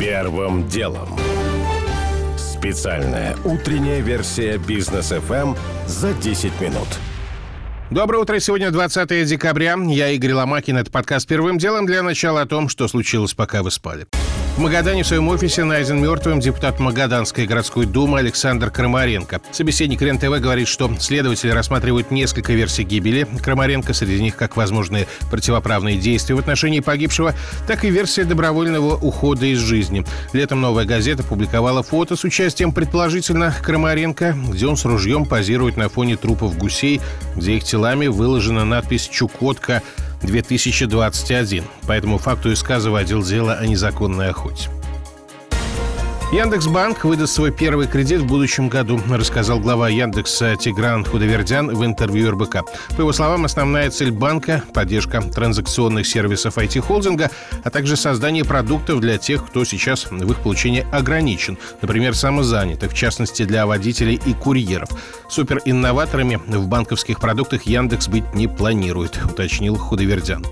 Первым делом. Специальная утренняя версия Бизнес FM за 10 минут. Доброе утро. Сегодня 20 декабря. Я Игорь Ломакин. Это подкаст «Первым делом». Для начала о том, что случилось, пока вы спали. В Магадане в своем офисе найден мертвым депутат Магаданской городской думы Александр Крамаренко. Собеседник РЕН-ТВ говорит, что следователи рассматривают несколько версий гибели Крамаренко, среди них как возможные противоправные действия в отношении погибшего, так и версия добровольного ухода из жизни. Летом «Новая газета» публиковала фото с участием предположительно Крамаренко, где он с ружьем позирует на фоне трупов гусей, где их телами выложена надпись «Чукотка 2021». По этому факту СК заводил дело о незаконной охоте. Яндекс.Банк выдаст свой первый кредит в будущем году, рассказал глава Яндекса Тигран Худовердян в интервью РБК. По его словам, основная цель банка – поддержка транзакционных сервисов IT-холдинга, а также создание продуктов для тех, кто сейчас в их получении ограничен, например, самозанятых, в частности, для водителей и курьеров. Суперинноваторами в банковских продуктах Яндекс быть не планирует, уточнил Худовердян.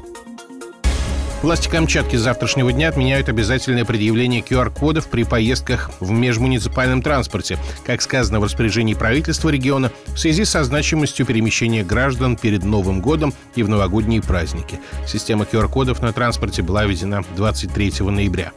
Власти Камчатки с завтрашнего дня отменяют обязательное предъявление QR-кодов при поездках в межмуниципальном транспорте. Как сказано в распоряжении правительства региона, в связи со значимостью перемещения граждан перед Новым годом и в новогодние праздники. Система QR-кодов на транспорте была введена 23 ноября.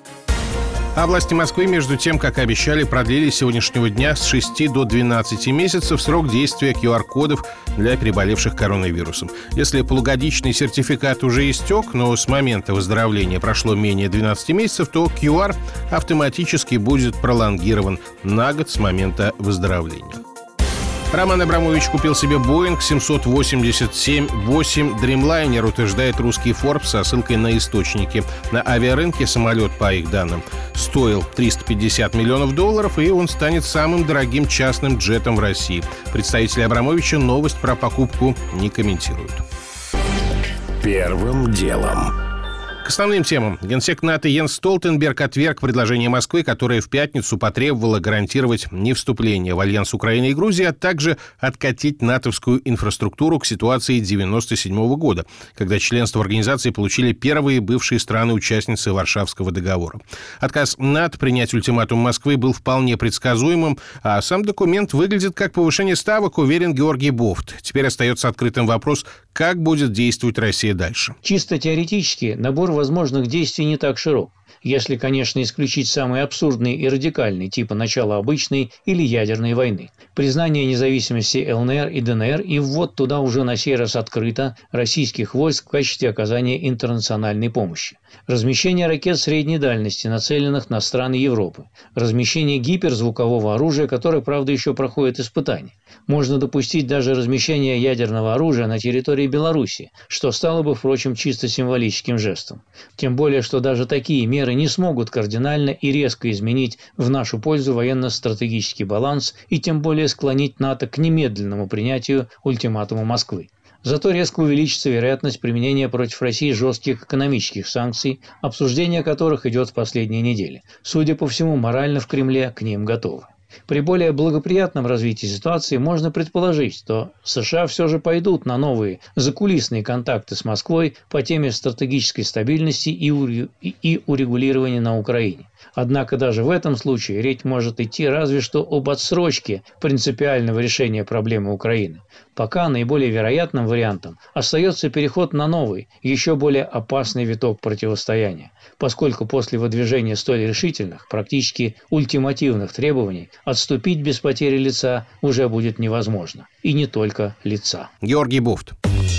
А власти Москвы, между тем, как и обещали, продлили с сегодняшнего дня с 6 до 12 месяцев срок действия QR-кодов для переболевших коронавирусом. Если полугодичный сертификат уже истек, но с момента выздоровления прошло менее 12 месяцев, то QR автоматически будет пролонгирован на год с момента выздоровления. Роман Абрамович купил себе Boeing 787-8 Dreamliner, утверждает русский Forbes со ссылкой на источники. На авиарынке самолет, по их данным, стоил $350 миллионов, и он станет самым дорогим частным джетом в России. Представители Абрамовича новость про покупку не комментируют. Первым делом. К основным темам. Генсек НАТО Йенс Столтенберг отверг предложение Москвы, которое в пятницу потребовало гарантировать не вступление в альянс Украины и Грузии, а также откатить натовскую инфраструктуру к ситуации 1997 года, когда членство в организации получили первые бывшие страны-участницы Варшавского договора. Отказ НАТО принять ультиматум Москвы был вполне предсказуемым, а сам документ выглядит как повышение ставок, уверен Георгий Бофт. Теперь остается открытым вопрос, как будет действовать Россия дальше. Чисто теоретически набор возможных действий не так широк, если, конечно, исключить самые абсурдные и радикальные, типа начала обычной или ядерной войны. Признание независимости ЛНР и ДНР и ввод туда уже на сей раз открыто российских войск в качестве оказания интернациональной помощи. Размещение ракет средней дальности, нацеленных на страны Европы. Размещение гиперзвукового оружия, которое, правда, еще проходит испытания. Можно допустить даже размещение ядерного оружия на территории Беларуси, что стало бы, впрочем, чисто символическим жестом. Тем более, что даже такие меры не смогут кардинально и резко изменить в нашу пользу военно-стратегический баланс и тем более склонить НАТО к немедленному принятию ультиматума Москвы. Зато резко увеличится вероятность применения против России жестких экономических санкций, обсуждение которых идет в последние недели. Судя по всему, морально в Кремле к ним готовы. При более благоприятном развитии ситуации можно предположить, что США все же пойдут на новые закулисные контакты с Москвой по теме стратегической стабильности и урегулирования на Украине. Однако даже в этом случае речь может идти разве что об отсрочке принципиального решения проблемы Украины. Пока наиболее вероятным вариантом остается переход на новый, еще более опасный виток противостояния, поскольку после выдвижения столь решительных, практически ультимативных требований отступить без потери лица уже будет невозможно. И не только лица. Георгий Бофт.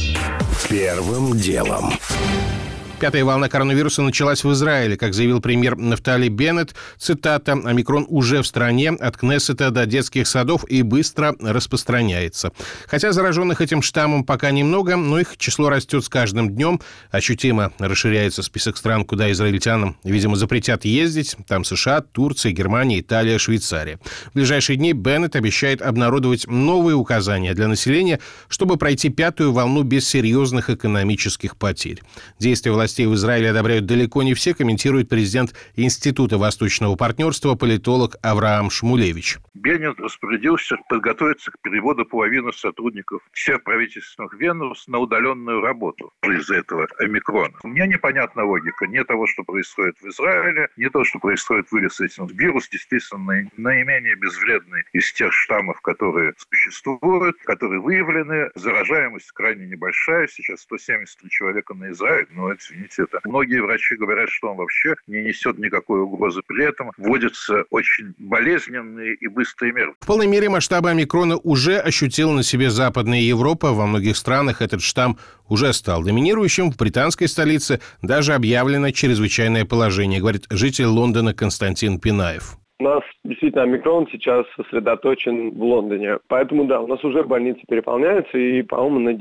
Первым делом. Пятая волна коронавируса началась в Израиле. Как заявил премьер Нафтали Беннет, цитата, «Омикрон уже в стране, от Кнессета до детских садов и быстро распространяется». Хотя зараженных этим штаммом пока немного, но их число растет с каждым днем. Ощутимо расширяется список стран, куда израильтянам, видимо, запретят ездить. Там США, Турция, Германия, Италия, Швейцария. В ближайшие дни Беннет обещает обнародовать новые указания для населения, чтобы пройти пятую волну без серьезных экономических потерь. Действия властей властей в Израиле одобряют далеко не все, комментирует президент Института Восточного партнерства, политолог Авраам Шмулевич. Беннет распорядился подготовиться к переводу половины сотрудников всех правительственных ведомств на удаленную работу из-за этого омикрона. Мне непонятна логика не того, что происходит в Израиле, не того, что происходит в Иерусалиме. Вирус действительно наименее безвредный из тех штаммов, которые существуют, которые выявлены. Заражаемость крайне небольшая. Сейчас 173 человека на Израиль. Но, извините, это многие врачи говорят, что он вообще не несет никакой угрозы. При этом вводятся очень болезненные и быстрые меры. В полной мере масштабы омикрона уже ощутила на себе Западная Европа. Во многих странах этот штамм уже стал доминирующим. В британской столице даже объявлено чрезвычайное положение, говорит житель Лондона Константин Пинаев. У нас действительно омикрон сейчас сосредоточен в Лондоне. Поэтому, да, у нас уже больницы переполняются, и, по-моему, на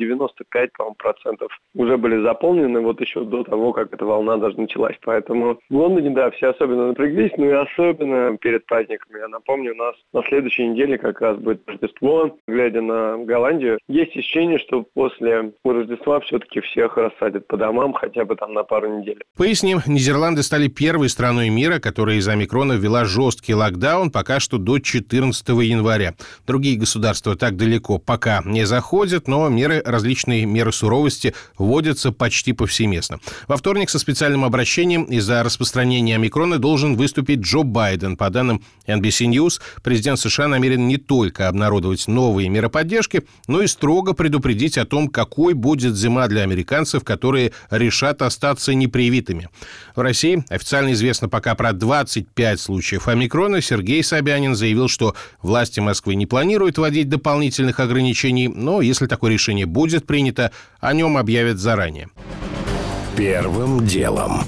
95% уже были заполнены вот еще до того, как эта волна даже началась. Поэтому в Лондоне, да, все особенно напряглись, ну и особенно перед праздниками. Я напомню, у нас на следующей неделе как раз будет Рождество. Глядя на Голландию, есть ощущение, что после Рождества все-таки всех рассадят по домам хотя бы там на пару недель. Поясним, Нидерланды стали первой страной мира, которая из омикрона ввела жесткий локдаун пока что до 14 января. Другие государства так далеко пока не заходят, но различные меры суровости вводятся почти повсеместно. Во вторник со специальным обращением из-за распространения омикрона должен выступить Джо Байден. По данным NBC News, президент США намерен не только обнародовать новые меры поддержки, но и строго предупредить о том, какой будет зима для американцев, которые решат остаться непривитыми. В России официально известно пока про 25 случаев омикрона. Сергей Собянин заявил, что власти Москвы не планируют вводить дополнительных ограничений, но если такое решение будет принято, о нем объявят заранее. Первым делом.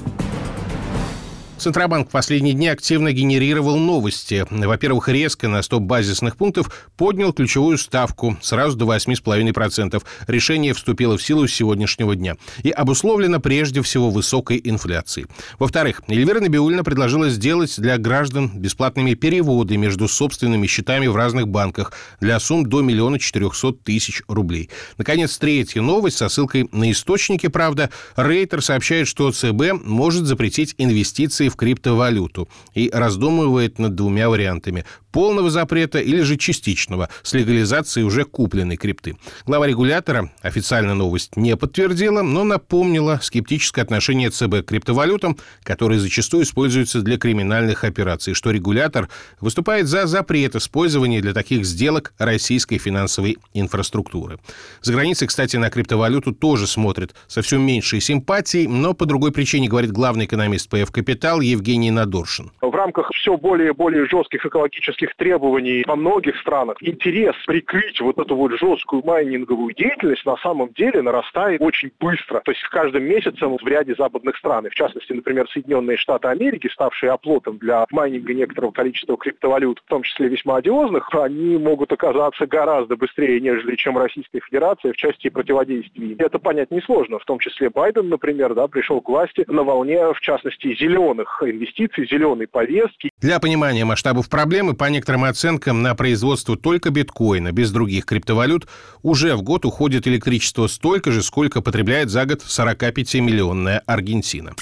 Центробанк в последние дни активно генерировал новости. Во-первых, резко на 100 базисных пунктов поднял ключевую ставку сразу до 8,5%. Решение вступило в силу с сегодняшнего дня и обусловлено прежде всего высокой инфляцией. Во-вторых, Эльвира Набиуллина предложила сделать для граждан бесплатными переводы между собственными счетами в разных банках для сумм до 1 400 000 рублей. Наконец, третья новость со ссылкой на источники, правда. Рейтер сообщает, что ЦБ может запретить инвестиции в криптовалюту и раздумывает над двумя вариантами – полного запрета или же частичного с легализацией уже купленной крипты. Глава регулятора официально новость не подтвердила, но напомнила скептическое отношение ЦБ к криптовалютам, которые зачастую используются для криминальных операций, что регулятор выступает за запрет использования для таких сделок российской финансовой инфраструктуры. За границей, кстати, на криптовалюту тоже смотрят со все меньшей симпатией, но по другой причине, говорит главный экономист ПФ «Капитал» Евгений Надоршин. В рамках все более и более жестких экологических требований во многих странах интерес прикрыть вот эту вот жесткую майнинговую деятельность на самом деле нарастает очень быстро. То есть с каждым месяцем в ряде западных стран, в частности, например, Соединенные Штаты Америки, ставшие оплотом для майнинга некоторого количества криптовалют, в том числе весьма одиозных, они могут оказаться гораздо быстрее, нежели чем Российская Федерация в части противодействия. Это понять несложно. В том числе Байден, например, пришел к власти на волне, в частности, зеленых инвестиций, зеленой повестки. Для понимания масштабов проблемы, по некоторым оценкам, на производство только биткоина, без других криптовалют, уже в год уходит электричество столько же, сколько потребляет за год 45-миллионная Аргентина.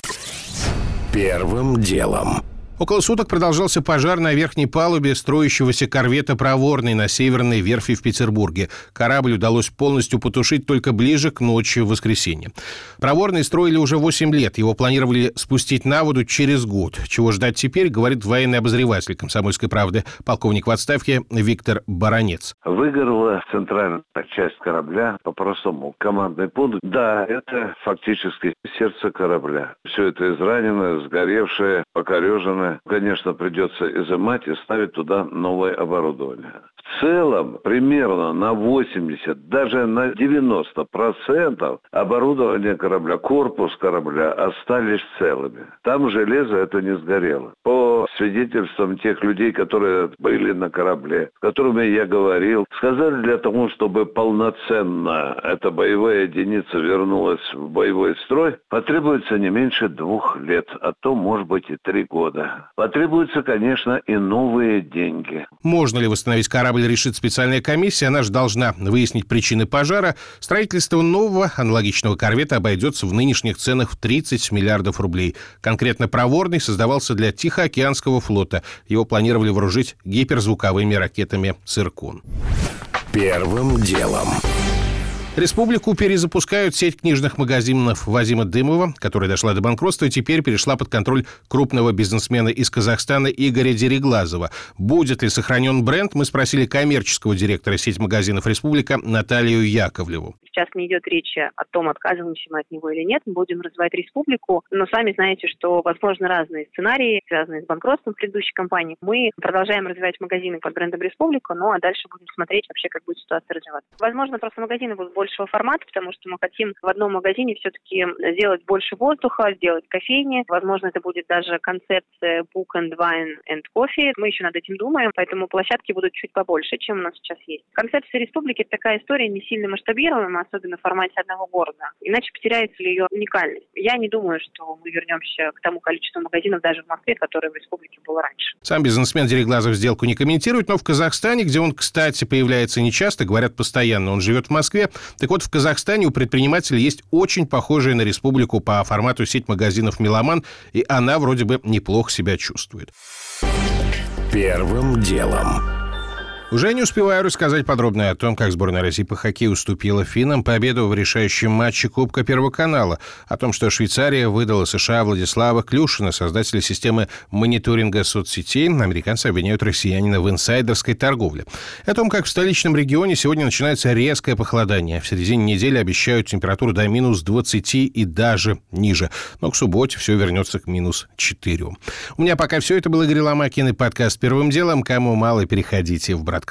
Первым делом. Около суток продолжался пожар на верхней палубе строящегося корвета «Проворный» на Северной верфи в Петербурге. Корабль удалось полностью потушить только ближе к ночи в воскресенье. «Проворный» строили уже 8 лет. Его планировали спустить на воду через год. Чего ждать теперь, говорит военный обозреватель «Комсомольской правды», полковник в отставке Виктор Баранец. Выгорела центральная часть корабля, по-простому, командный пункт. Да, это фактически сердце корабля. Все это изранено, сгоревшее, покореженное. Конечно, придется изымать и ставить туда новое оборудование. В целом, примерно на 80, даже на 90% оборудования корабля, корпус корабля остались целыми. Там железо это не сгорело. По свидетельствам тех людей, которые были на корабле, с которыми я говорил, сказали, для того, чтобы полноценно эта боевая единица вернулась в боевой строй, потребуется не меньше 2 лет, а то, может быть, и 3 года. Потребуются, конечно, и новые деньги. Можно ли восстановить корабль корабль решит специальная комиссия. Она же должна выяснить причины пожара. Строительство нового аналогичного корвета обойдется в нынешних ценах в 30 миллиардов рублей. Конкретно проворный создавался для Тихоокеанского флота. Его планировали вооружить гиперзвуковыми ракетами «Циркон». Первым делом. Республику перезапускают. Сеть книжных магазинов Вазима Дымова, которая дошла до банкротства, теперь перешла под контроль крупного бизнесмена из Казахстана Игоря Дереглазова. Будет ли сохранен бренд, мы спросили коммерческого директора сети магазинов «Республика» Наталью Яковлеву. Сейчас не идет речи о том, отказываемся мы от него или нет. Мы будем развивать «Республику». Но сами знаете, что возможны разные сценарии, связанные с банкротством предыдущей компании. Мы продолжаем развивать магазины под брендом «Республика», ну а дальше будем смотреть вообще, как будет ситуация развиваться. Возможно, просто магазины будут большего формата, потому что мы хотим в одном магазине все-таки сделать больше воздуха, сделать кофейни. Возможно, это будет даже концепция Book and Wine and Coffee. Мы еще над этим думаем, поэтому площадки будут чуть побольше, чем у нас сейчас есть. Концепция «Республики» — это такая история не сильно масштабируемая, особенно в формате одного города. Иначе потеряется ли ее уникальность. Я не думаю, что мы вернемся к тому количеству магазинов даже в Москве, которое в «Республике» было раньше. Сам бизнесмен Дереглазов сделку не комментирует, но в Казахстане, где он, кстати, появляется нечасто, говорят постоянно, он живет в Москве. Так вот, в Казахстане у предпринимателя есть очень похожая на «Республику» по формату сеть магазинов «Меломан», и она вроде бы неплохо себя чувствует. Первым делом. Уже не успеваю рассказать подробно о том, как сборная России по хоккею уступила финнам победу в решающем матче Кубка Первого канала, о том, что Швейцария выдала США Владислава Клюшина, создателя системы мониторинга соцсетей. Американцы обвиняют россиянина в инсайдерской торговле. О том, как в столичном регионе сегодня начинается резкое похолодание. В середине недели обещают температуру до минус 20 и даже ниже. Но к субботе все вернется к минус 4. У меня пока все. Это был Игорь Ломакин и подкаст «Первым делом». Кому мало, переходите в бродкаст.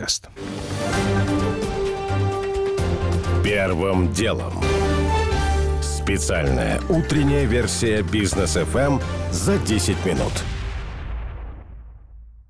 Первым делом. Специальная утренняя версия «Бизнес ФМ» за 10 минут.